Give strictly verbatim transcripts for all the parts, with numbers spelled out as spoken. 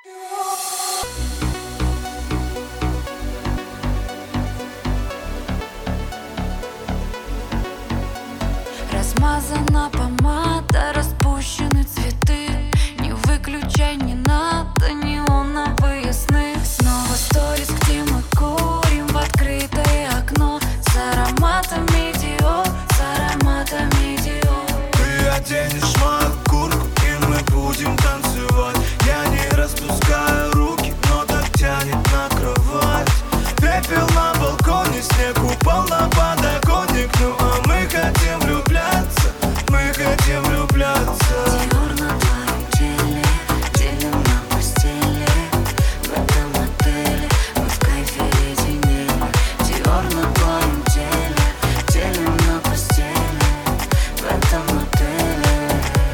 Размазана помада, распущены цветы. Не выключай, не надо неоновые сны. Снова сторис, где мы курим в открытое окно, с ароматами Диор, с ароматами Диор. Ты оденешь мою куртку, и мы будем танцевать. Я не распускаю руки, но так тянет на кровать. Пепел на балконе, снег упал на подоконник. Ну а мы хотим влюбляться, мы хотим влюбляться. Диор на твоем теле, делим на постели. В этом отеле мы в кайфе леденели. Диор на твоем теле, делим на постели. В этом отеле.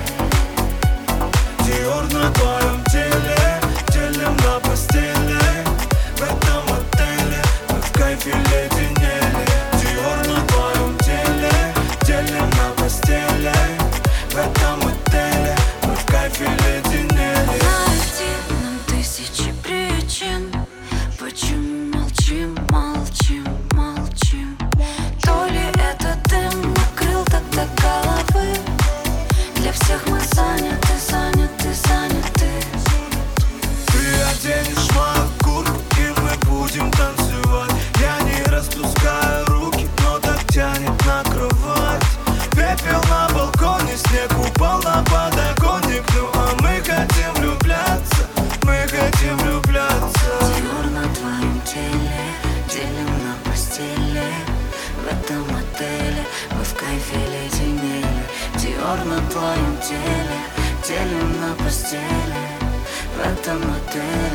Диор на твоем теле, делим на постели. В этом отеле мы в кайфе леденели. Диор на твоем теле, делим на постели. В этом отеле мы в кайфе леденели. Найти нам тысячи причин, почему молчим, молчим, молчим. То ли это дым накрыл тогда головы. Для всех мы заняты, заняты, заняты. Ты оденешь мою куртку, и мы будем танцевать. Я не распускаю руки, но так тянет на кровать. Пепел на балконе, снег упал на подоконник. Ну а мы хотим влюбляться, мы хотим влюбляться. Диор на твоем теле, делим на постели. В этом отеле мы в кайфе леденели. Диор на твоем теле, делим на постели. В этом отеле.